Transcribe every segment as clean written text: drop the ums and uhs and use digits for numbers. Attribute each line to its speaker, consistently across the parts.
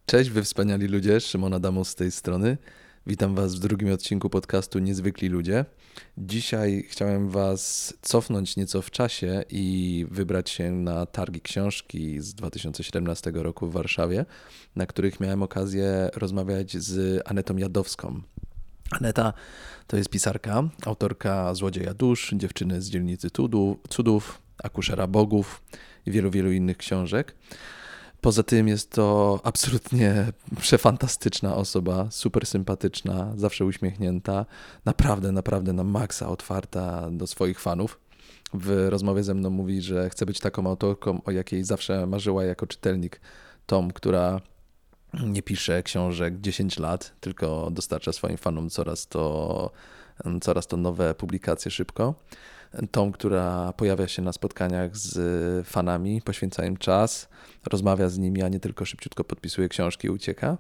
Speaker 1: Cześć, wy wspaniali ludzie, Szymon Adamus z tej strony. Witam was w drugim odcinku podcastu Niezwykli Ludzie. Dzisiaj chciałem was cofnąć nieco w czasie i wybrać się na targi książki z 2017 roku w Warszawie, na których miałem okazję rozmawiać z Anetą Jadowską. Aneta to jest pisarka, autorka Złodzieja dusz, Dziewczyny z dzielnicy cudów, Akuszera bogów i wielu innych książek. Poza tym jest to absolutnie przefantastyczna osoba, super sympatyczna, zawsze uśmiechnięta, naprawdę na maksa otwarta do swoich fanów. W rozmowie ze mną mówi, że chce być taką autorką, o jakiej zawsze marzyła jako czytelnik. Tom, która nie pisze książek 10 lat, tylko dostarcza swoim fanom coraz to nowe publikacje szybko. Tą, która pojawia się na spotkaniach z fanami, poświęca im czas, rozmawia z nimi, a nie tylko szybciutko podpisuje książki i ucieka.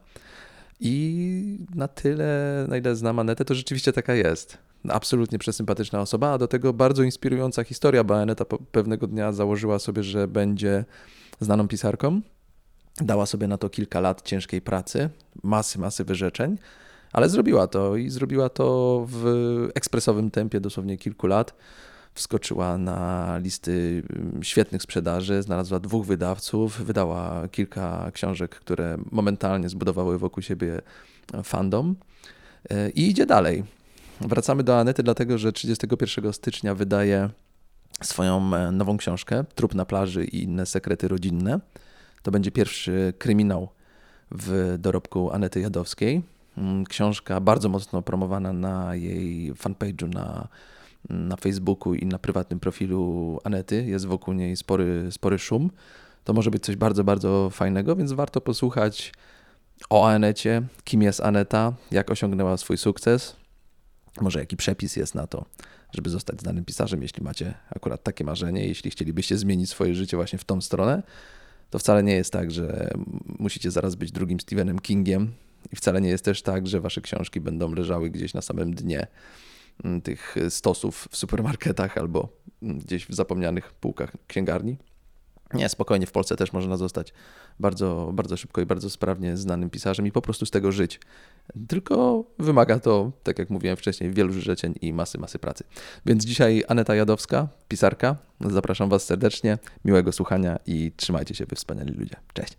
Speaker 1: I na tyle, na ile znam Anetę, to rzeczywiście taka jest. Absolutnie przesympatyczna osoba, a do tego bardzo inspirująca historia, bo Aneta pewnego dnia założyła sobie, że będzie znaną pisarką. Dała sobie na to kilka lat ciężkiej pracy, masy wyrzeczeń, ale zrobiła to i zrobiła to w ekspresowym tempie dosłownie kilku lat. Wskoczyła na listy świetnych sprzedaży, znalazła 2 wydawców, wydała kilka książek, które momentalnie zbudowały wokół siebie fandom i idzie dalej. Wracamy do Anety, dlatego że 31 stycznia wydaje swoją nową książkę Trup na plaży i inne sekrety rodzinne. To będzie pierwszy kryminał w dorobku Anety Jadowskiej. Książka bardzo mocno promowana na jej fanpage'u na Facebooku i na prywatnym profilu Anety. Jest wokół niej spory szum. To może być coś bardzo fajnego, więc warto posłuchać o Anecie, kim jest Aneta, jak osiągnęła swój sukces. Może jaki przepis jest na to, żeby zostać znanym pisarzem, jeśli macie akurat takie marzenie, jeśli chcielibyście zmienić swoje życie właśnie w tą stronę. To wcale nie jest tak, że musicie zaraz być drugim Stephenem Kingiem i wcale nie jest też tak, że wasze książki będą leżały gdzieś na samym dnie tych stosów w supermarketach albo gdzieś w zapomnianych półkach księgarni. Nie, spokojnie, w Polsce też można zostać bardzo szybko i bardzo sprawnie znanym pisarzem i po prostu z tego żyć. Tylko wymaga to, tak jak mówiłem wcześniej, wielu życzeń i masy pracy. Więc dzisiaj Aneta Jadowska, pisarka. Zapraszam was serdecznie, miłego słuchania i trzymajcie się, wy wspaniali ludzie. Cześć.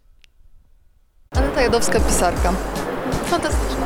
Speaker 2: Aneta Jadowska, pisarka. Fantastyczna.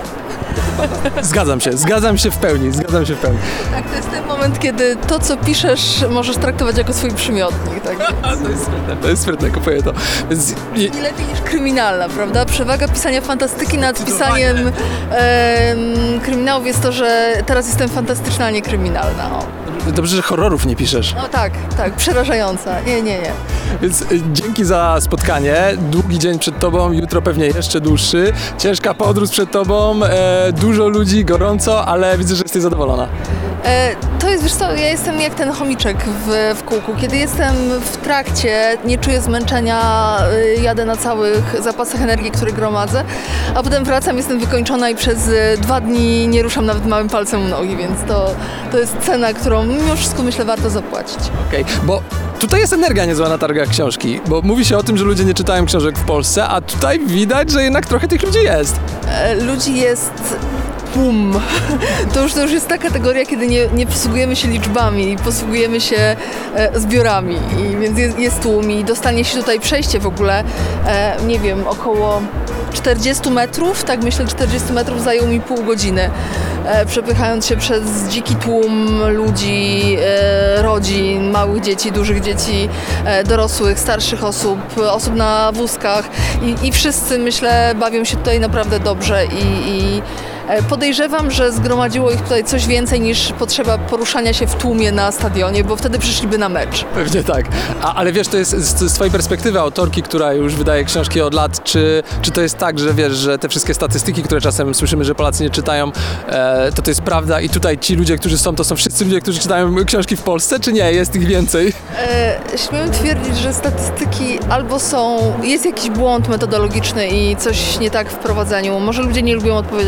Speaker 3: Zgadzam się w pełni.
Speaker 2: Tak, to jest ten moment, kiedy to, co piszesz, możesz traktować jako swój przymiotnik. Tak?
Speaker 3: To jest sprytne, kupuję to. Więc...
Speaker 2: Nie lepiej niż kryminalna, prawda? Przewaga pisania fantastyki nad pisaniem kryminałów jest to, że teraz jestem fantastyczna, a nie kryminalna. O.
Speaker 3: Dobrze, że horrorów nie piszesz.
Speaker 2: No tak, przerażająca. Nie.
Speaker 3: Więc dzięki za spotkanie. Długi dzień przed tobą, jutro pewnie jeszcze dłuższy. Ciężka podróż przed tobą, dużo ludzi, gorąco, ale widzę, że jesteś zadowolona.
Speaker 2: To jest, wiesz co, ja jestem jak ten chomiczek w kółku. Kiedy jestem w trakcie, nie czuję zmęczenia, jadę na całych zapasach energii, które gromadzę, a potem wracam, jestem wykończona i przez 2 dni nie ruszam nawet małym palcem u nogi, więc to jest cena, którą mimo wszystko myślę warto zapłacić.
Speaker 3: Okej, bo tutaj jest energia niezła na targach książki, bo mówi się o tym, że ludzie nie czytają książek w Polsce, a tutaj widać, że jednak trochę tych ludzi jest.
Speaker 2: Ludzi jest tłum. To już jest ta kategoria, kiedy nie posługujemy się liczbami, posługujemy się zbiorami. I więc jest tłum i dostanie się tutaj przejście w ogóle, nie wiem, około 40 metrów, tak myślę, 40 metrów zajęło mi pół godziny, przepychając się przez dziki tłum ludzi, rodzin, małych dzieci, dużych dzieci, dorosłych, starszych osób na wózkach i wszyscy, myślę, bawią się tutaj naprawdę dobrze i podejrzewam, że zgromadziło ich tutaj coś więcej niż potrzeba poruszania się w tłumie na stadionie, bo wtedy przyszliby na mecz.
Speaker 3: Pewnie tak. Ale wiesz, to jest z twojej perspektywy autorki, która już wydaje książki od lat, czy to jest tak, że wiesz, że te wszystkie statystyki, które czasem słyszymy, że Polacy nie czytają, to jest prawda i tutaj ci ludzie, którzy są, to są wszyscy ludzie, którzy czytają książki w Polsce, czy nie? Jest ich więcej?
Speaker 2: Śmiem twierdzić, że statystyki albo jest jakiś błąd metodologiczny i coś nie tak w prowadzeniu. Może ludzie nie lubią odpowiadać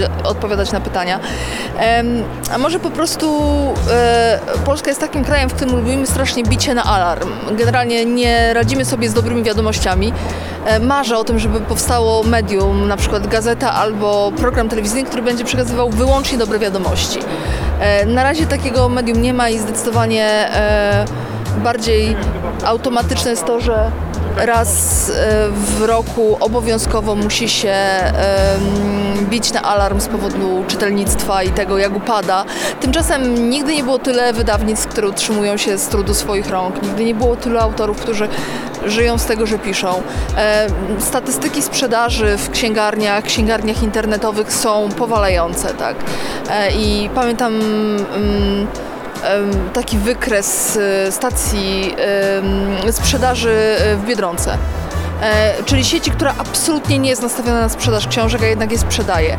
Speaker 2: odpowiadać na pytania. A może po prostu Polska jest takim krajem, w którym lubimy strasznie bicie na alarm. Generalnie nie radzimy sobie z dobrymi wiadomościami. Marzę o tym, żeby powstało medium, na przykład gazeta albo program telewizyjny, który będzie przekazywał wyłącznie dobre wiadomości. Na razie takiego medium nie ma i zdecydowanie bardziej automatyczne jest to, że raz w roku obowiązkowo musi się bić na alarm z powodu czytelnictwa i tego, jak upada. Tymczasem nigdy nie było tyle wydawnictw, które utrzymują się z trudu swoich rąk. Nigdy nie było tylu autorów, którzy żyją z tego, że piszą. Statystyki sprzedaży w księgarniach internetowych są powalające, tak. I pamiętam taki wykres stacji sprzedaży w Biedronce, czyli sieci, która absolutnie nie jest nastawiona na sprzedaż książek, a jednak je sprzedaje.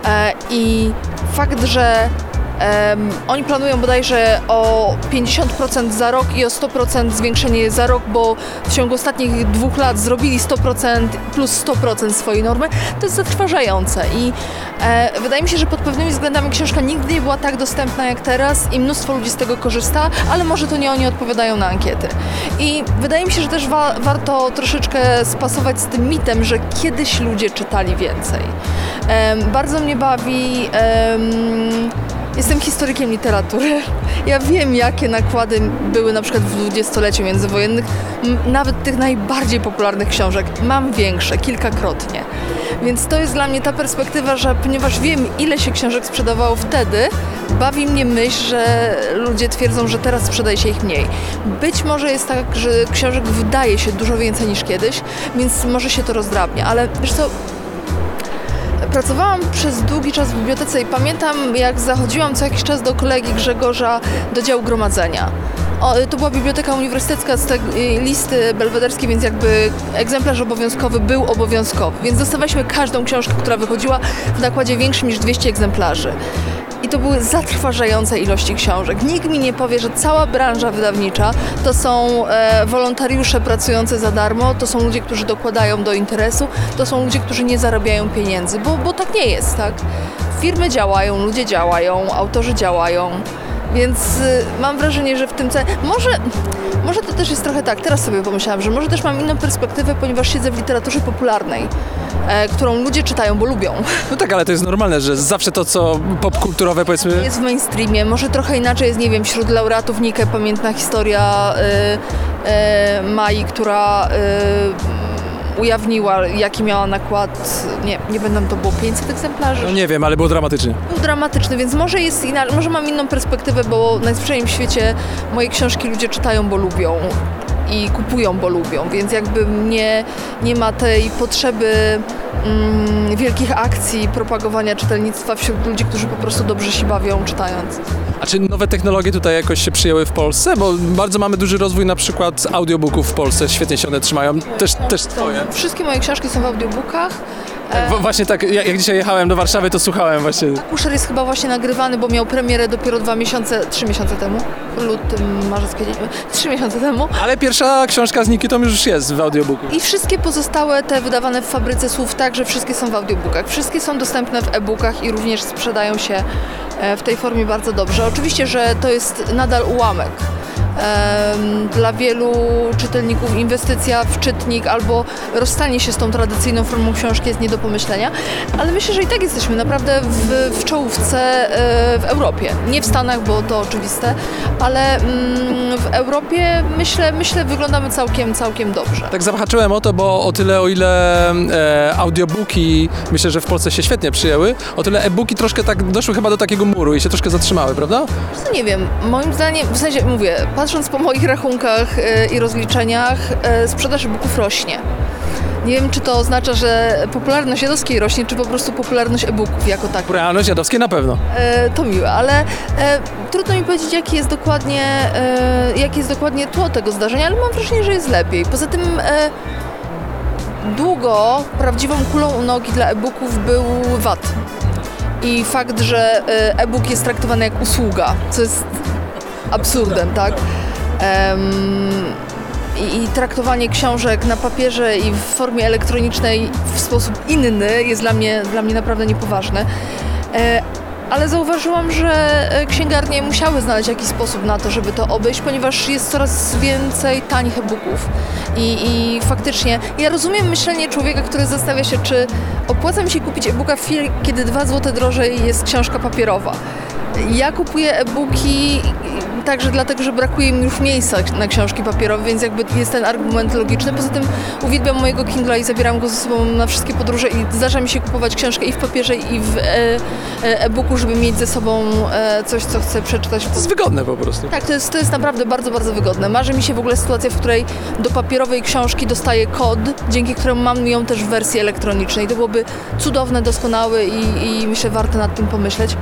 Speaker 2: I fakt, że oni planują bodajże o 50% za rok i o 100% zwiększenie za rok, bo w ciągu ostatnich 2 lat zrobili 100% plus 100% swojej normy, to jest zatrważające i wydaje mi się, że pod pewnymi względami książka nigdy nie była tak dostępna jak teraz i mnóstwo ludzi z tego korzysta, ale może to nie oni odpowiadają na ankiety. I wydaje mi się, że też warto troszeczkę spasować z tym mitem, że kiedyś ludzie czytali więcej. Bardzo mnie bawi... Jestem historykiem literatury. Ja wiem, jakie nakłady były na przykład w dwudziestoleciu międzywojennych, nawet tych najbardziej popularnych książek. Mam większe, kilkakrotnie. Więc to jest dla mnie ta perspektywa, że ponieważ wiem, ile się książek sprzedawało wtedy, bawi mnie myśl, że ludzie twierdzą, że teraz sprzedaje się ich mniej. Być może jest tak, że książek wydaje się dużo więcej niż kiedyś, więc może się to rozdrabnia. Ale wiesz co, pracowałam przez długi czas w bibliotece i pamiętam, jak zachodziłam co jakiś czas do kolegi Grzegorza do działu gromadzenia. To była biblioteka uniwersytecka z tej listy belwederskiej, więc jakby egzemplarz obowiązkowy był obowiązkowy. Więc dostawaliśmy każdą książkę, która wychodziła w nakładzie większym niż 200 egzemplarzy. I to były zatrważające ilości książek. Nikt mi nie powie, że cała branża wydawnicza to są wolontariusze pracujący za darmo, to są ludzie, którzy dokładają do interesu, to są ludzie, którzy nie zarabiają pieniędzy, bo tak nie jest, tak? Firmy działają, ludzie działają, autorzy działają. Więc mam wrażenie, że w tym może to też jest trochę tak, teraz sobie pomyślałam, że może też mam inną perspektywę, ponieważ siedzę w literaturze popularnej, którą ludzie czytają, bo lubią.
Speaker 3: No tak, ale to jest normalne, że zawsze to, co popkulturowe, powiedzmy...
Speaker 2: Jest w mainstreamie, może trochę inaczej jest, nie wiem, wśród laureatów Nike, pamiętna historia Mai, która... ujawniła, jaki miała nakład, nie będą to było 500 egzemplarzy.
Speaker 3: No nie wiem, ale było dramatycznie.
Speaker 2: Był dramatyczny, więc może jest może mam inną perspektywę, bo najzwyczajniej w świecie moje książki ludzie czytają, bo lubią i kupują, bo lubią, więc jakby nie ma tej potrzeby wielkich akcji propagowania czytelnictwa wśród ludzi, którzy po prostu dobrze się bawią czytając.
Speaker 3: A czy nowe technologie tutaj jakoś się przyjęły w Polsce? Bo bardzo mamy duży rozwój na przykład audiobooków w Polsce, świetnie się one trzymają. Też twoje.
Speaker 2: Wszystkie moje książki są w audiobookach.
Speaker 3: Właśnie tak, jak dzisiaj jechałem do Warszawy, to słuchałem właśnie.
Speaker 2: Pusher jest chyba właśnie nagrywany, bo miał premierę dopiero 3 miesiące temu. Lutym, marzec, kwiecień, 3 miesiące temu.
Speaker 3: Ale pierwsza książka z Nikitą już jest w audiobooku.
Speaker 2: I wszystkie pozostałe te wydawane w Fabryce Słów także wszystkie są w audiobookach. Wszystkie są dostępne w e-bookach i również sprzedają się w tej formie bardzo dobrze. Oczywiście, że to jest nadal ułamek. Dla wielu czytelników inwestycja w czytnik albo rozstanie się z tą tradycyjną formą książki jest nie do pomyślenia, ale myślę, że i tak jesteśmy naprawdę w czołówce w Europie. Nie w Stanach, bo to oczywiste, ale w Europie myślę wyglądamy całkiem dobrze.
Speaker 3: Tak zahaczyłem o to, bo o tyle, o ile audiobooki myślę, że w Polsce się świetnie przyjęły, o tyle e-booki troszkę tak doszły chyba do takiego muru i się troszkę zatrzymały, prawda?
Speaker 2: Nie wiem, moim zdaniem, w sensie mówię, patrząc po moich rachunkach i rozliczeniach, sprzedaż e-booków rośnie. Nie wiem, czy to oznacza, że popularność Jadowskiej rośnie, czy po prostu popularność e-booków jako tak.
Speaker 3: Popularność Jadowskiej na pewno.
Speaker 2: To miłe, ale trudno mi powiedzieć, jakie jest dokładnie tło tego zdarzenia, ale mam wrażenie, że jest lepiej. Poza tym długo prawdziwą kulą u nogi dla e-booków był VAT. I fakt, że e-book jest traktowany jak usługa, co jest absurdem, tak? I traktowanie książek na papierze i w formie elektronicznej w sposób inny jest dla mnie naprawdę niepoważne. Ale zauważyłam, że księgarnie musiały znaleźć jakiś sposób na to, żeby to obejść, ponieważ jest coraz więcej tanich e-booków. I faktycznie ja rozumiem myślenie człowieka, który zastanawia się, czy opłaca mi się kupić e-booka w chwili, kiedy 2 zł drożej jest książka papierowa. Ja kupuję e-booki także dlatego, że brakuje mi już miejsca na książki papierowe, więc jakby jest ten argument logiczny. Poza tym uwielbiam mojego Kindla i zabieram go ze sobą na wszystkie podróże i zdarza mi się kupować książkę i w papierze, i w e-booku, żeby mieć ze sobą coś, co chcę przeczytać.
Speaker 3: To jest wygodne po prostu.
Speaker 2: Tak, to jest naprawdę bardzo, bardzo wygodne. Marzy mi się w ogóle sytuacja, w której do papierowej książki dostaję kod, dzięki któremu mam ją też w wersji elektronicznej. To byłoby cudowne, doskonałe i myślę, warto nad tym pomyśleć.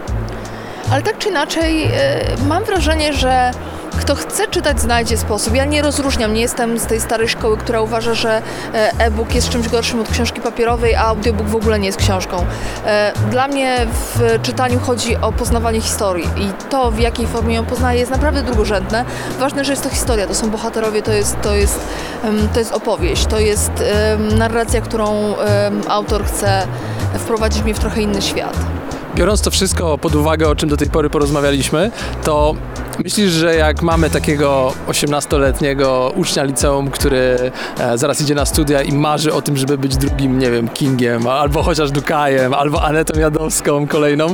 Speaker 2: Ale tak czy inaczej mam wrażenie, że kto chce czytać, znajdzie sposób. Ja nie rozróżniam, nie jestem z tej starej szkoły, która uważa, że e-book jest czymś gorszym od książki papierowej, a audiobook w ogóle nie jest książką. Dla mnie w czytaniu chodzi o poznawanie historii i to, w jakiej formie ją poznaję, jest naprawdę drugorzędne. Ważne, że jest to historia, to są bohaterowie, to jest opowieść, to jest narracja, którą autor chce wprowadzić mnie w trochę inny świat.
Speaker 3: Biorąc to wszystko pod uwagę, o czym do tej pory porozmawialiśmy, to myślisz, że jak mamy takiego 18-letniego ucznia liceum, który zaraz idzie na studia i marzy o tym, żeby być drugim, nie wiem, Kingiem, albo chociaż Dukajem, albo Anetą Jadowską kolejną,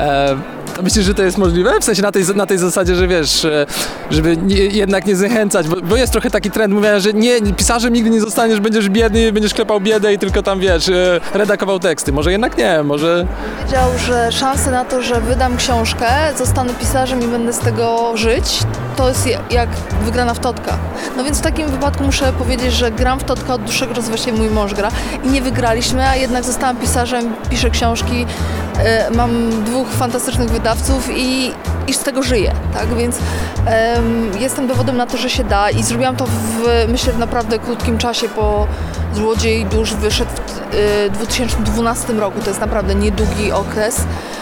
Speaker 3: to myślisz, że to jest możliwe? W sensie na tej zasadzie, że wiesz, żeby jednak nie zniechęcać, bo jest trochę taki trend mówienia, że nie, pisarzem nigdy nie zostaniesz, będziesz biedny, będziesz klepał biedę i tylko tam, wiesz, redagował teksty. Może jednak nie, może...
Speaker 2: Powiedział, że szanse na to, że wydam książkę, zostanę pisarzem i będę z tego żyć, to jest jak wygrana w totka. No więc w takim wypadku muszę powiedzieć, że gram w totka od dłuższego czasu, właśnie mój mąż gra i nie wygraliśmy, a jednak zostałam pisarzem, piszę książki, mam 2 fantastycznych wydawców i z tego żyję, tak? Więc jestem dowodem na to, że się da i zrobiłam to myślę, w naprawdę krótkim czasie, bo Złodziej Dusz wyszedł w 2012 roku, to jest naprawdę niedługi okres.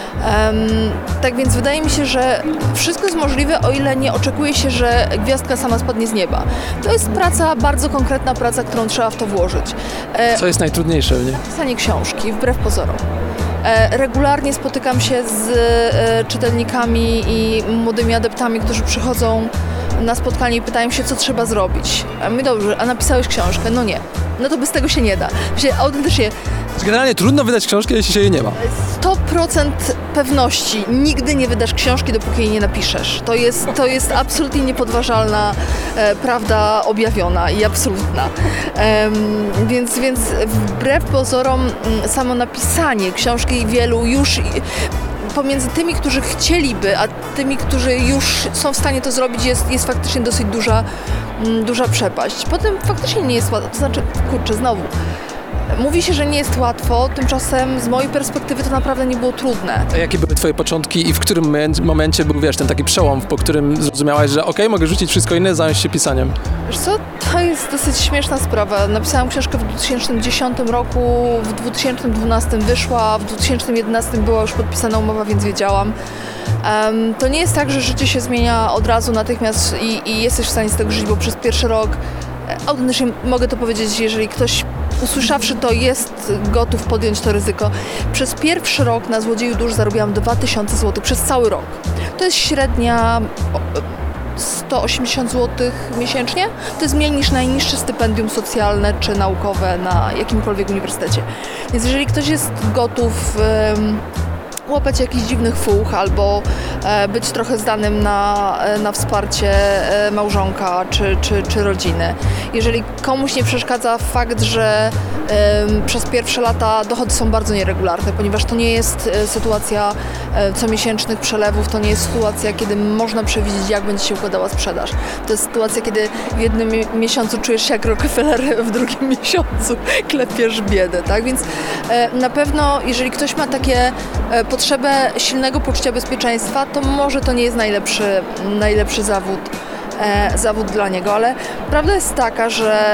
Speaker 2: Tak więc wydaje mi się, że wszystko jest możliwe, o ile nie oczekuje się, że gwiazdka sama spadnie z nieba. To jest praca, bardzo konkretna praca, którą trzeba w to włożyć.
Speaker 3: Co jest najtrudniejsze w niej?
Speaker 2: Pisanie książki, wbrew pozorom. Regularnie spotykam się z czytelnikami i młodymi adeptami, którzy przychodzą na spotkanie i pytają się, co trzeba zrobić. A my dobrze, a napisałeś książkę? No nie. No to bez tego się nie da. Autentycznie.
Speaker 3: Generalnie trudno wydać książkę, jeśli się jej nie ma.
Speaker 2: 100% pewności. Nigdy nie wydasz książki, dopóki jej nie napiszesz. To jest absolutnie niepodważalna prawda objawiona i absolutna. Więc wbrew pozorom samo napisanie książki wielu już... Pomiędzy tymi, którzy chcieliby, a tymi, którzy już są w stanie to zrobić, jest faktycznie dosyć duża przepaść. Potem faktycznie nie jest łatwo, to znaczy, znowu, mówi się, że nie jest łatwo, tymczasem z mojej perspektywy to naprawdę nie było trudne.
Speaker 3: A jakie były twoje początki i w którym momencie był, wiesz, ten taki przełom, po którym zrozumiałaś, że okej, mogę rzucić wszystko inne, zająć się pisaniem?
Speaker 2: Wiesz co, to jest dosyć śmieszna sprawa. Napisałam książkę w 2010 roku, w 2012 wyszła, w 2011 była już podpisana umowa, więc wiedziałam. To nie jest tak, że życie się zmienia od razu, natychmiast i jesteś w stanie z tego żyć, bo przez pierwszy rok, autentycznie mogę to powiedzieć, jeżeli ktoś usłyszawszy to jest gotów podjąć to ryzyko. Przez pierwszy rok na Złodzieju Dusz zarobiłam 2000 zł przez cały rok. To jest średnia 180 zł miesięcznie. To jest mniej niż najniższe stypendium socjalne czy naukowe na jakimkolwiek uniwersytecie. Więc jeżeli ktoś jest gotów łapać jakichś dziwnych fuch albo być trochę zdanym na wsparcie małżonka czy rodziny. Jeżeli komuś nie przeszkadza fakt, że przez pierwsze lata dochody są bardzo nieregularne, ponieważ to nie jest sytuacja comiesięcznych przelewów, to nie jest sytuacja, kiedy można przewidzieć, jak będzie się układała sprzedaż. To jest sytuacja, kiedy w jednym miesiącu czujesz się jak Rockefeller, w drugim miesiącu klepiesz biedę, tak? Więc na pewno, jeżeli ktoś ma takie potrzebę silnego poczucia bezpieczeństwa, to może to nie jest najlepszy zawód dla niego, ale prawda jest taka, że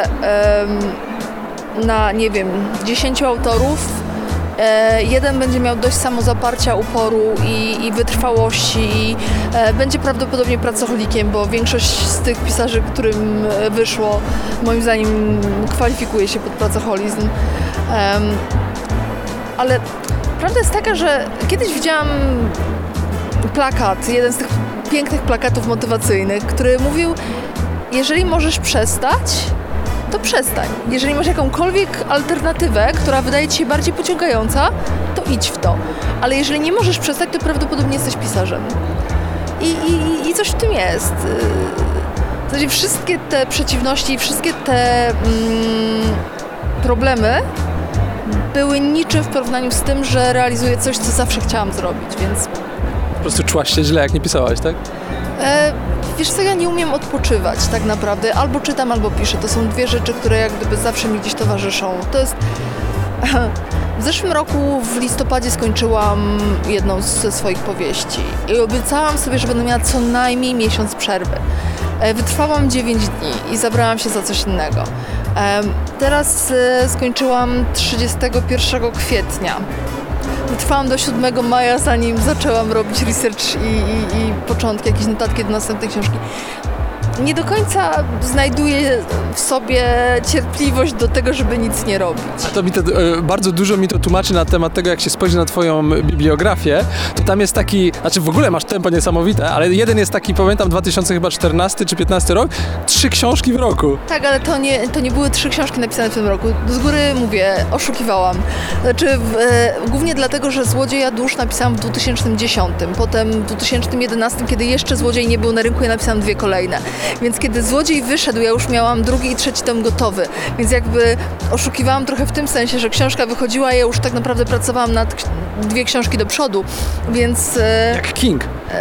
Speaker 2: na, nie wiem, 10 autorów jeden będzie miał dość samozaparcia, uporu i wytrwałości i będzie prawdopodobnie pracocholikiem, bo większość z tych pisarzy, którym wyszło, moim zdaniem kwalifikuje się pod pracoholizm. Ale prawda jest taka, że kiedyś widziałam plakat, jeden z tych pięknych plakatów motywacyjnych, który mówił: jeżeli możesz przestać, to przestań. Jeżeli masz jakąkolwiek alternatywę, która wydaje ci się bardziej pociągająca, to idź w to. Ale jeżeli nie możesz przestać, to prawdopodobnie jesteś pisarzem. I coś w tym jest. W zasadzie wszystkie te przeciwności, wszystkie te problemy były niczym w porównaniu z tym, że realizuję coś, co zawsze chciałam zrobić, więc...
Speaker 3: Po prostu czułaś się źle, jak nie pisałaś, tak?
Speaker 2: Wiesz co, ja nie umiem odpoczywać tak naprawdę. Albo czytam, albo piszę. To są dwie rzeczy, które jak gdyby zawsze mi gdzieś towarzyszą. To jest... W zeszłym roku w listopadzie skończyłam jedną ze swoich powieści i obiecałam sobie, że będę miała co najmniej miesiąc przerwy. Wytrwałam 9 dni i zabrałam się za coś innego. Teraz skończyłam 31 kwietnia. Wytrwałam do 7 maja, zanim zaczęłam robić research i początki, jakieś notatki do następnej książki. Nie do końca znajduję w sobie cierpliwość do tego, żeby nic nie robić.
Speaker 3: A to bardzo dużo mi to tłumaczy na temat tego, jak się spojrzy na twoją bibliografię, to tam jest taki, znaczy w ogóle masz tempo niesamowite, ale jeden jest taki, pamiętam, 2014 czy 15 rok, 3 książki w roku.
Speaker 2: Tak, ale to nie były 3 książki napisane w tym roku. Z góry mówię, oszukiwałam. Znaczy, głównie dlatego, że Złodzieja dusz napisałam w 2010, potem w 2011, kiedy jeszcze Złodziej nie był na rynku, ja napisałam 2 kolejne. Więc kiedy Złodziej wyszedł, ja już miałam 2. i 3. tom gotowy. Więc jakby oszukiwałam trochę w tym sensie, że książka wychodziła, ja już tak naprawdę pracowałam nad 2 książki do przodu, więc...
Speaker 3: Jak King.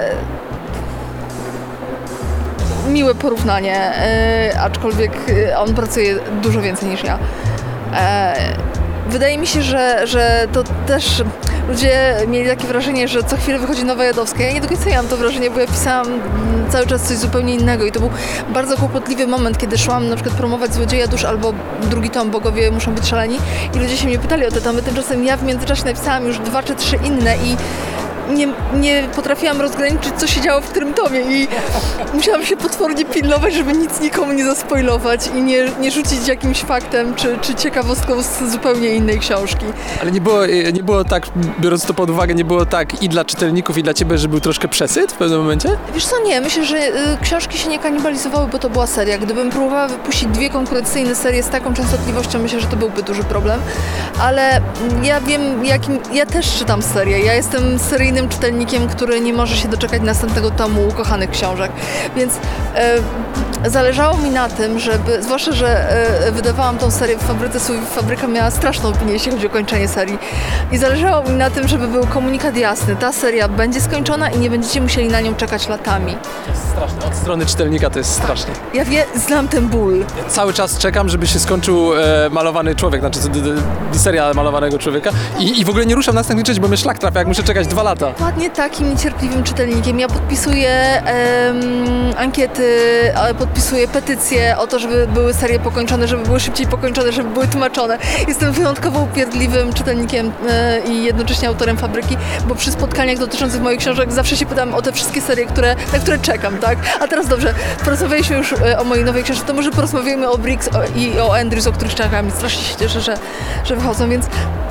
Speaker 2: Miłe porównanie, aczkolwiek on pracuje dużo więcej niż ja. Wydaje mi się, że to też ludzie mieli takie wrażenie, że co chwilę wychodzi nowa Jadowska. Ja nie do końca miałam to wrażenie, bo ja pisałam cały czas coś zupełnie innego i to był bardzo kłopotliwy moment, kiedy szłam na przykład promować Złodzieja dusz albo 2. tom Bogowie muszą być szaleni i ludzie się mnie pytali o te tomy. Tymczasem ja w międzyczasie napisałam już 2 czy 3 inne i nie potrafiłam rozgraniczyć, co się działo w którym tomie i musiałam się potwornie pilnować, żeby nic nikomu nie zaspoilować i nie rzucić jakimś faktem czy ciekawostką z zupełnie innej książki.
Speaker 3: Ale nie było tak, biorąc to pod uwagę, nie było tak i dla czytelników, i dla ciebie, że był troszkę przesyt w pewnym momencie?
Speaker 2: Wiesz co, nie. Myślę, że książki się nie kanibalizowały, bo to była seria. Gdybym próbowała wypuścić 2 konkurencyjne serie z taką częstotliwością, myślę, że to byłby duży problem. Ale ja wiem, ja też czytam serię. Ja jestem seryjnym czytelnikiem, który nie może się doczekać następnego tomu ukochanych książek. Więc zależało mi na tym, żeby, zwłaszcza, że wydawałam tą serię w Fabryce Słów, fabryka miała straszną opinię, jeśli chodzi o kończenie serii. I zależało mi na tym, żeby był komunikat jasny. Ta seria będzie skończona i nie będziecie musieli na nią czekać latami.
Speaker 3: To jest straszne. Od strony czytelnika to jest straszne.
Speaker 2: Ja znam ten ból.
Speaker 3: Ja cały czas czekam, żeby się skończył Malowany Człowiek, znaczy seria Malowanego Człowieka i w ogóle nie ruszam następnej części, bo mnie szlak trafia, jak muszę czekać 2 lata.
Speaker 2: Dokładnie takim niecierpliwym czytelnikiem. Ja podpisuję ankiety, podpisuję petycje o to, żeby były serie pokończone, żeby były szybciej pokończone, żeby były tłumaczone. Jestem wyjątkowo upierdliwym czytelnikiem i jednocześnie autorem Fabryki, bo przy spotkaniach dotyczących moich książek zawsze się pytam o te wszystkie serie, na które czekam, tak? A teraz dobrze, porozmawialiśmy już o mojej nowej książce, to może porozmawiajmy o Briggs i o Andrews, o których czekam i strasznie się cieszę, że wychodzą, więc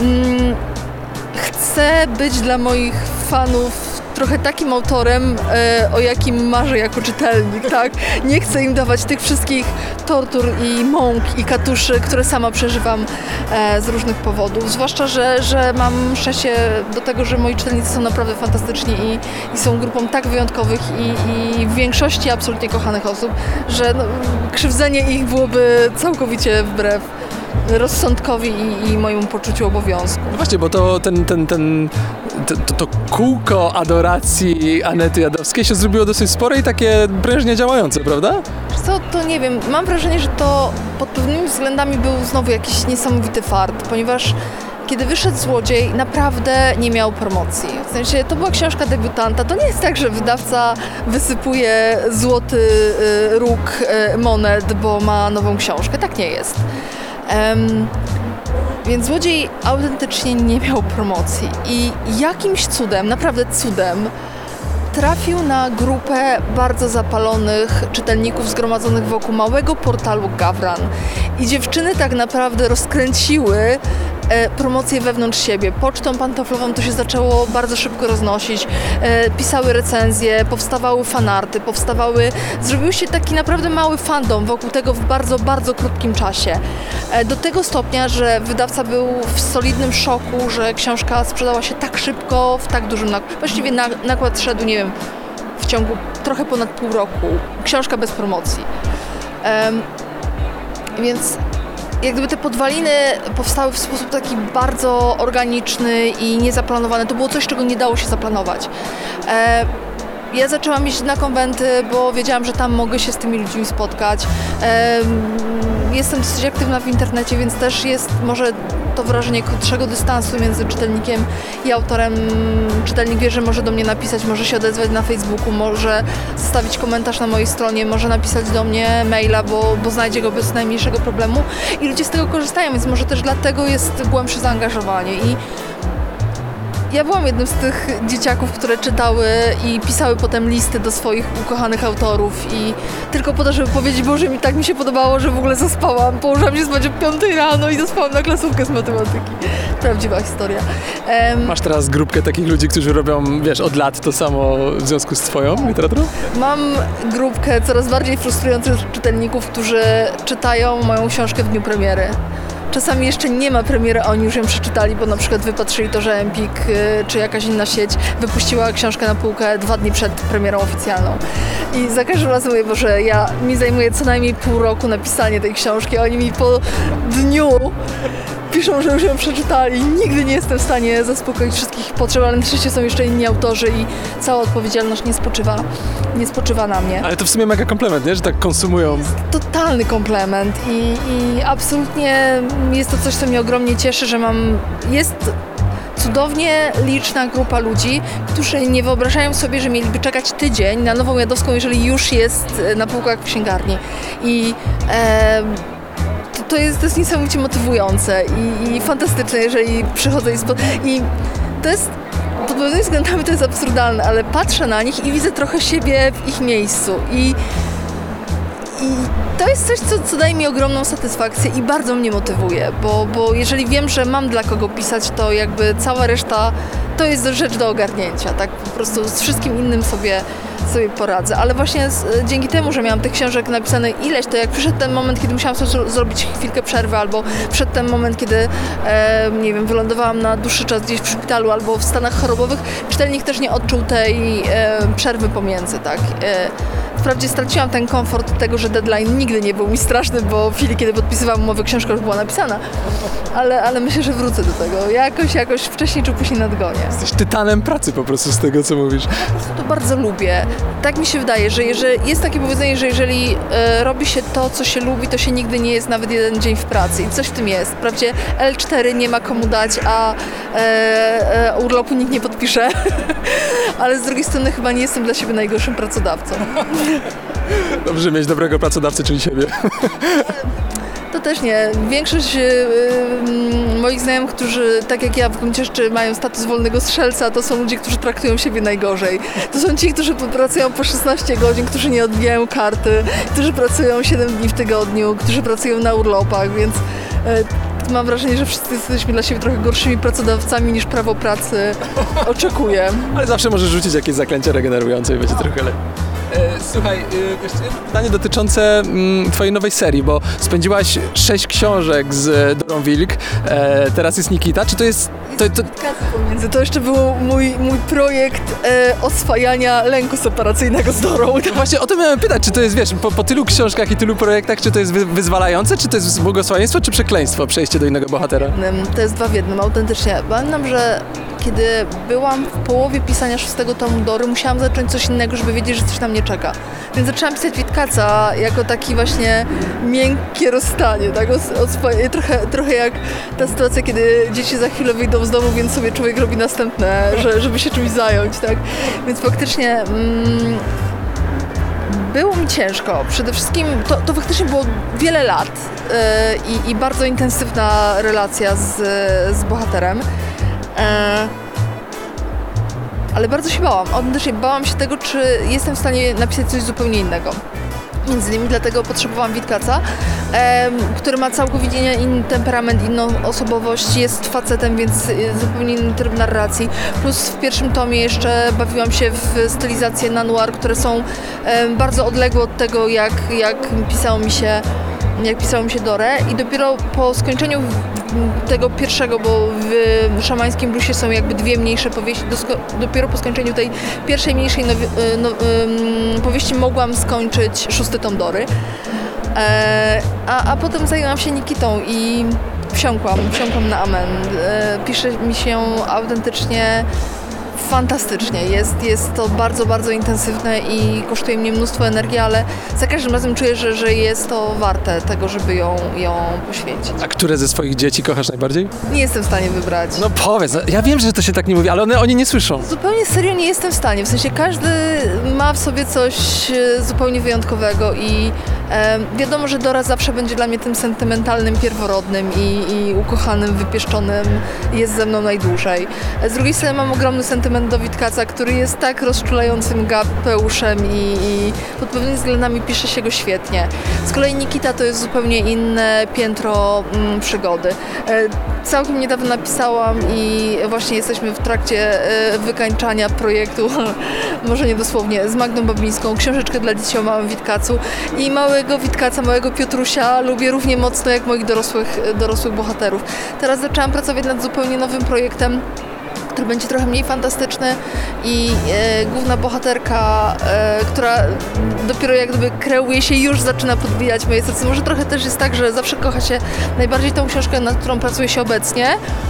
Speaker 2: chcę być dla moich fanów trochę takim autorem, o jakim marzę jako czytelnik, tak? Nie chcę im dawać tych wszystkich tortur i mąk i katuszy, które sama przeżywam z różnych powodów. Zwłaszcza, że mam szczęście do tego, że moi czytelnicy są naprawdę fantastyczni i są grupą tak wyjątkowych i w większości absolutnie kochanych osób, że krzywdzenie ich byłoby całkowicie wbrew rozsądkowi i mojemu poczuciu obowiązku.
Speaker 3: No właśnie, bo to to kółko adoracji Anety Jadowskiej się zrobiło dosyć spore i takie prężnie działające, prawda?
Speaker 2: Co, to nie wiem, mam wrażenie, że to pod pewnymi względami był znowu jakiś niesamowity fart, ponieważ kiedy wyszedł Złodziej, naprawdę nie miał promocji. W sensie, to była książka debiutanta. To nie jest tak, że wydawca wysypuje złoty róg monet, bo ma nową książkę. Tak nie jest. Więc Złodziej autentycznie nie miał promocji i jakimś cudem, naprawdę cudem, trafił na grupę bardzo zapalonych czytelników zgromadzonych wokół małego portalu Gawran. I dziewczyny tak naprawdę rozkręciły promocje wewnątrz siebie. Pocztą pantoflową to się zaczęło bardzo szybko roznosić. Pisały recenzje, powstawały fanarty, zrobił się taki naprawdę mały fandom wokół tego w bardzo, bardzo krótkim czasie. Do tego stopnia, że wydawca był w solidnym szoku, że książka sprzedała się tak szybko, w tak dużym nakładzie. Właściwie nakład szedł, nie wiem, w ciągu trochę ponad pół roku. Książka bez promocji. Więc jak gdyby te podwaliny powstały w sposób taki bardzo organiczny i niezaplanowany. To było coś, czego nie dało się zaplanować. Ja zaczęłam iść na konwenty, bo wiedziałam, że tam mogę się z tymi ludźmi spotkać. Jestem dosyć aktywna w internecie, więc też jest może to wrażenie krótszego dystansu między czytelnikiem i autorem. Czytelnik wie, że może do mnie napisać, może się odezwać na Facebooku, może zostawić komentarz na mojej stronie, może napisać do mnie maila, bo znajdzie go bez najmniejszego problemu i ludzie z tego korzystają, więc może też dlatego jest głębsze zaangażowanie. I ja byłam jednym z tych dzieciaków, które czytały i pisały potem listy do swoich ukochanych autorów i tylko po to, żeby powiedzieć, Boże, mi się podobało, że w ogóle zaspałam. Położyłam się spać o 5 rano i zaspałam na klasówkę z matematyki. Prawdziwa historia.
Speaker 3: Masz teraz grupkę takich ludzi, którzy robią, wiesz, od lat to samo w związku z twoją literaturą?
Speaker 2: Mam grupkę coraz bardziej frustrujących czytelników, którzy czytają moją książkę w dniu premiery. Czasami jeszcze nie ma premiery, a oni już ją przeczytali, bo na przykład wypatrzyli to, że Empik czy jakaś inna sieć wypuściła książkę na półkę 2 dni przed premierą oficjalną. I za każdym razem mówię, Boże, mi zajmuje co najmniej pół roku napisanie tej książki, a oni mi po dniu piszą, że już ją przeczytali. Nigdy nie jestem w stanie zaspokoić wszystkich ich potrzeb, ale na szczęście są jeszcze inni autorzy i cała odpowiedzialność nie spoczywa na mnie.
Speaker 3: Ale to w sumie mega komplement, nie? Że tak konsumują.
Speaker 2: Totalny komplement i absolutnie jest to coś, co mnie ogromnie cieszy, że jest cudownie liczna grupa ludzi, którzy nie wyobrażają sobie, że mieliby czekać tydzień na Nową Jadowską, jeżeli już jest na półkach w księgarni. I to jest niesamowicie motywujące i fantastyczne, jeżeli przychodzę i to jest, pod pewnymi względami to jest absurdalne, ale patrzę na nich i widzę trochę siebie w ich miejscu i to jest coś, co daje mi ogromną satysfakcję i bardzo mnie motywuje, bo jeżeli wiem, że mam dla kogo pisać, to jakby cała reszta to jest rzecz do ogarnięcia, tak po prostu z wszystkim innym sobie poradzę, ale właśnie dzięki temu, że miałam tych książek napisane ileś, to jak przyszedł ten moment, kiedy musiałam sobie zrobić chwilkę przerwy, albo przyszedł ten moment, kiedy nie wiem, wylądowałam na dłuższy czas gdzieś w szpitalu albo w stanach chorobowych, czytelnik też nie odczuł tej przerwy pomiędzy, tak. Wprawdzie straciłam ten komfort tego, że deadline nigdy nie był mi straszny, bo w chwili, kiedy podpisywałam umowę, książka już była napisana, ale myślę, że wrócę do tego. Jakoś wcześniej czy później nadgonię.
Speaker 3: Jesteś tytanem pracy po prostu z tego, co mówisz.
Speaker 2: To bardzo lubię. Tak mi się wydaje, że jest takie powiedzenie, że jeżeli robi się to, co się lubi, to się nigdy nie jest nawet jeden dzień w pracy i coś w tym jest. Wprawdzie L4 nie ma komu dać, a urlopu nikt nie podpisze, ale z drugiej strony chyba nie jestem dla siebie najgorszym pracodawcą.
Speaker 3: Dobrze mieć dobrego pracodawcę, czyli siebie.
Speaker 2: To też nie. Większość moich znajomych, którzy tak jak ja w gruncie rzeczy mają status wolnego strzelca, to są ludzie, którzy traktują siebie najgorzej. To są ci, którzy pracują po 16 godzin, którzy nie odbijają karty, którzy pracują 7 dni w tygodniu, którzy pracują na urlopach, więc mam wrażenie, że wszyscy jesteśmy dla siebie trochę gorszymi pracodawcami niż prawo pracy oczekuje.
Speaker 3: Ale zawsze możesz rzucić jakieś zaklęcie regenerujące i będzie trochę lepiej. Słuchaj, pytanie dotyczące twojej nowej serii, bo spędziłaś 6 książek z Dorą Wilk, teraz jest Nikita, czy to jest...
Speaker 2: To jeszcze był mój projekt oswajania lęku separacyjnego z Dorą.
Speaker 3: No właśnie o to miałem pytać, czy to jest, wiesz, po tylu książkach i tylu projektach, czy to jest wyzwalające, czy to jest błogosławieństwo, czy przekleństwo, przejście do innego bohatera?
Speaker 2: To jest 2 w 1, autentycznie. Pamiętam, że kiedy byłam w połowie pisania 6 tomu Dory, musiałam zacząć coś innego, żeby wiedzieć, że coś na mnie czeka. Więc zaczęłam pisać Witkaca jako taki właśnie miękkie rozstanie, tak? Trochę jak ta sytuacja, kiedy dzieci za chwilę wyjdą z domu, więc sobie człowiek robi następne, żeby się czymś zająć, tak? Więc faktycznie było mi ciężko. Przede wszystkim to faktycznie było wiele lat i bardzo intensywna relacja z bohaterem. Ale bardzo się bałam. Autentycznie bałam się tego, czy jestem w stanie napisać coś zupełnie innego. Między innymi dlatego potrzebowałam Witkaca, który ma całkowicie inny temperament, inną osobowość, jest facetem, więc zupełnie inny tryb narracji. Plus w pierwszym tomie jeszcze bawiłam się w stylizacje na noir, które są bardzo odległe od tego, jak pisało mi się Dorę, i dopiero po skończeniu tego pierwszego, bo w Szamańskim Bluesie są jakby dwie mniejsze powieści, dopiero po skończeniu tej pierwszej mniejszej powieści mogłam skończyć 6. tom Dory, a potem zajęłam się Nikitą i wsiąkłam na amen. Pisze mi się autentycznie fantastycznie. Jest to bardzo, bardzo intensywne i kosztuje mnie mnóstwo energii, ale za każdym razem czuję, że jest to warte tego, żeby ją poświęcić.
Speaker 3: A które ze swoich dzieci kochasz najbardziej?
Speaker 2: Nie jestem w stanie wybrać.
Speaker 3: No powiedz, ja wiem, że to się tak nie mówi, ale oni nie słyszą.
Speaker 2: Zupełnie serio nie jestem w stanie. W sensie każdy ma w sobie coś zupełnie wyjątkowego i wiadomo, że Dora zawsze będzie dla mnie tym sentymentalnym, pierworodnym i ukochanym, wypieszczonym. Jest ze mną najdłużej. Z drugiej strony mam ogromny sentyment do Witkaca, który jest tak rozczulającym gapeuszem i pod pewnymi względami pisze się go świetnie. Z kolei Nikita to jest zupełnie inne piętro przygody. Całkiem niedawno napisałam i właśnie jesteśmy w trakcie wykańczania projektu, może nie dosłownie, z Magdą Babińską, książeczkę dla dzieci o małym Witkacu. I małego Witkaca, małego Piotrusia lubię równie mocno jak moich dorosłych bohaterów. Teraz zaczęłam pracować nad zupełnie nowym projektem, który będzie trochę mniej fantastyczny i główna bohaterka, która dopiero jak gdyby kreuje się, już zaczyna podbijać moje serce. Może trochę też jest tak, że zawsze kocha się najbardziej tą książkę, nad którą pracuje się obecnie.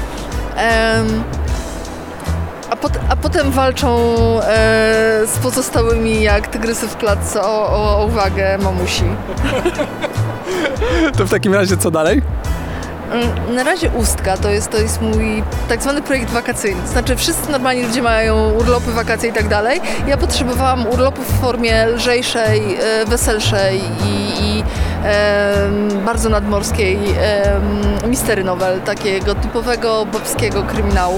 Speaker 2: A potem walczą z pozostałymi jak tygrysy w klatce o uwagę mamusi.
Speaker 3: To w takim razie co dalej?
Speaker 2: Na razie Ustka to jest mój tak zwany projekt wakacyjny. Znaczy wszyscy normalni ludzie mają urlopy, wakacje i tak dalej. Ja potrzebowałam urlopu w formie lżejszej, weselszej i bardzo nadmorskiej mystery novel, takiego typowego babskiego kryminału.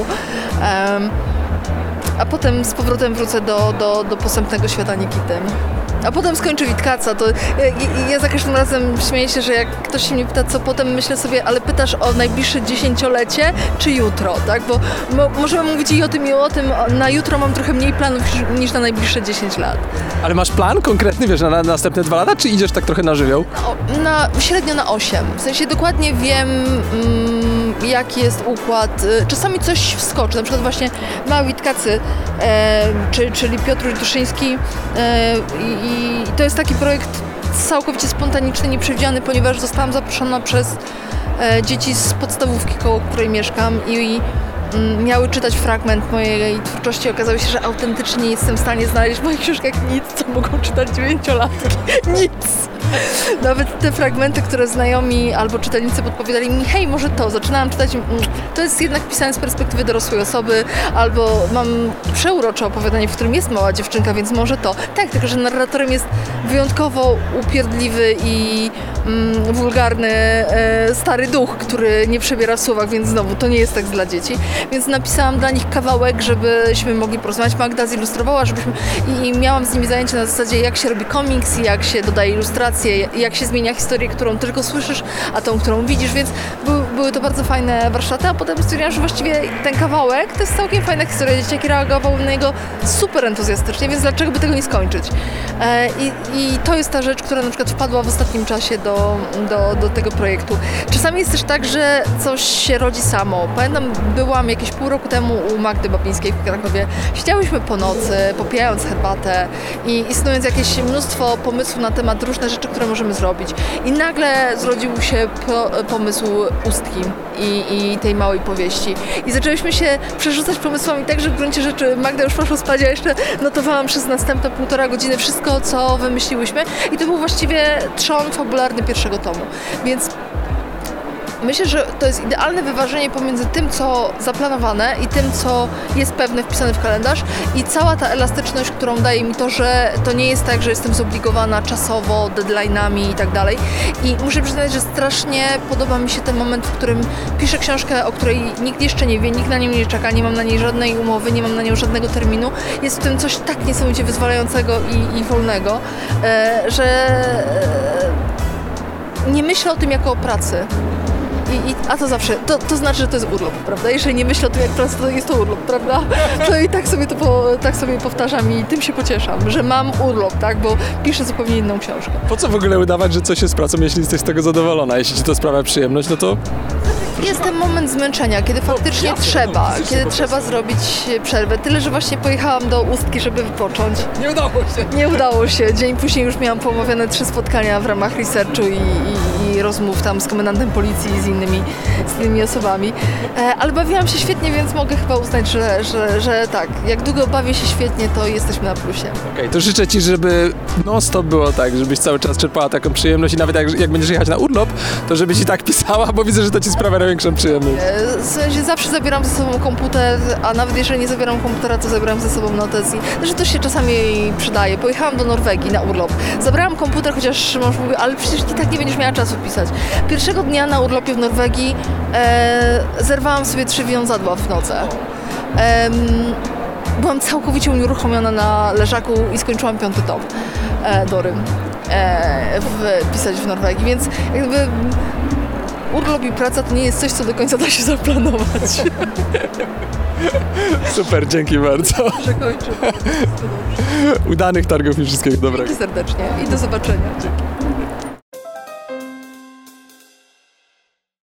Speaker 2: A potem z powrotem wrócę do posępnego świata Nikity. A potem skończy Witkaca, to ja za każdym razem śmieję się, że jak ktoś się mnie pyta, co potem, myślę sobie, ale pytasz o najbliższe 10-lecie, czy jutro, tak? Bo możemy mówić i o tym, na jutro mam trochę mniej planów niż na najbliższe 10 lat.
Speaker 3: Ale masz plan konkretny, wiesz, na następne 2 lata, czy idziesz tak trochę na żywioł?
Speaker 2: Średnio na 8. W sensie dokładnie wiem, jaki jest układ. Czasami coś wskoczy, na przykład właśnie Mały Witkacy, czyli Piotruś Duszyński i to jest taki projekt całkowicie spontaniczny, nieprzewidziany, ponieważ zostałam zaproszona przez dzieci z podstawówki, koło której mieszkam i miały czytać fragment mojej twórczości. Okazało się, że autentycznie nie jestem w stanie znaleźć w moich książkach nic, co mogą czytać 9-latki. Nic! Nawet te fragmenty, które znajomi albo czytelnicy podpowiadali mi, hej, może to, zaczynałam czytać, to jest jednak pisane z perspektywy dorosłej osoby, albo mam przeurocze opowiadanie, w którym jest mała dziewczynka, więc może to. Tak, tylko że narratorem jest wyjątkowo upierdliwy i wulgarny stary duch, który nie przebiera w słowach, więc znowu to nie jest tekst dla dzieci. Więc napisałam dla nich kawałek, żebyśmy mogli porozmawiać. Magda zilustrowała, i miałam z nimi zajęcie na zasadzie, jak się robi komiks, jak się dodaje ilustracje, jak się zmienia historię, którą tylko słyszysz, a tą, którą widzisz, więc były to bardzo fajne warsztaty, a potem stwierdziłam, że właściwie ten kawałek to jest całkiem fajna historia. Dzieciaki reagowały na niego super entuzjastycznie, więc dlaczego by tego nie skończyć? I to jest ta rzecz, która na przykład wpadła w ostatnim czasie do tego projektu. Czasami jest też tak, że coś się rodzi samo. Pamiętam, byłam jakieś pół roku temu u Magdy Babińskiej w Krakowie. Siedziałyśmy po nocy, popijając herbatę i snując jakieś mnóstwo pomysłów na temat różnych rzeczy, które możemy zrobić. I nagle zrodził się pomysł Ustki i tej małej powieści. I zaczęłyśmy się przerzucać pomysłami tak, że w gruncie rzeczy Magda już poszła spać, a jeszcze notowałam przez następne 1,5 godziny wszystko, co wymyśliłyśmy. I to był właściwie trzon fabularny pierwszego tomu. Więc Myślę, że to jest idealne wyważenie pomiędzy tym, co zaplanowane i tym, co jest pewne, wpisane w kalendarz i cała ta elastyczność, którą daje mi to, że to nie jest tak, że jestem zobligowana czasowo, deadline'ami i tak dalej. I muszę przyznać, że strasznie podoba mi się ten moment, w którym piszę książkę, o której nikt jeszcze nie wie, nikt na nią nie czeka, nie mam na niej żadnej umowy, nie mam na nią żadnego terminu. Jest w tym coś tak niesamowicie wyzwalającego i wolnego, że nie myślę o tym jako o pracy. A to zawsze, to znaczy, że to jest urlop, prawda? Jeżeli nie myślę o tym jak praca, to jest to urlop, prawda? To i tak sobie powtarzam i tym się pocieszam, że mam urlop, tak? Bo piszę zupełnie inną książkę.
Speaker 3: Po co w ogóle udawać, że coś jest pracą, jeśli jesteś z tego zadowolona? Jeśli ci to sprawia przyjemność, no to...
Speaker 2: Jest ten moment zmęczenia, kiedy faktycznie trzeba zrobić przerwę. Tyle, że właśnie pojechałam do Ustki, żeby wypocząć. Nie udało się. Dzień później już miałam poomawiane 3 spotkania w ramach researchu i rozmów tam z komendantem policji i z innymi osobami. Ale bawiłam się świetnie, więc mogę chyba uznać, że tak, jak długo bawię się świetnie, to jesteśmy na plusie.
Speaker 3: Okej, to życzę ci, żeby non-stop było tak, żebyś cały czas czerpała taką przyjemność i nawet jak będziesz jechać na urlop, to żebyś i tak pisała, bo widzę, że to ci sprawia największą przyjemność.
Speaker 2: W sensie zawsze zabieram ze sobą komputer, a nawet jeżeli nie zabieram komputera, to zabieram ze sobą notatki. Znaczy to się czasami przydaje. Pojechałam do Norwegii na urlop. Zabrałam komputer, chociaż mąż mówił, ale przecież i tak nie będziesz miała czasu pisać. Pierwszego dnia na urlopie w Norwegii zerwałam sobie 3 wiązadła w noce. Byłam całkowicie unieruchomiona na leżaku i skończyłam 5. tom Dory pisać w Norwegii, więc jakby urlop i praca to nie jest coś, co do końca da się zaplanować.
Speaker 3: Super, dzięki bardzo.
Speaker 2: Kończę.
Speaker 3: Udanych targów i wszystkiego dobrego.
Speaker 2: Dzięki serdecznie i do zobaczenia.
Speaker 3: Dzięki.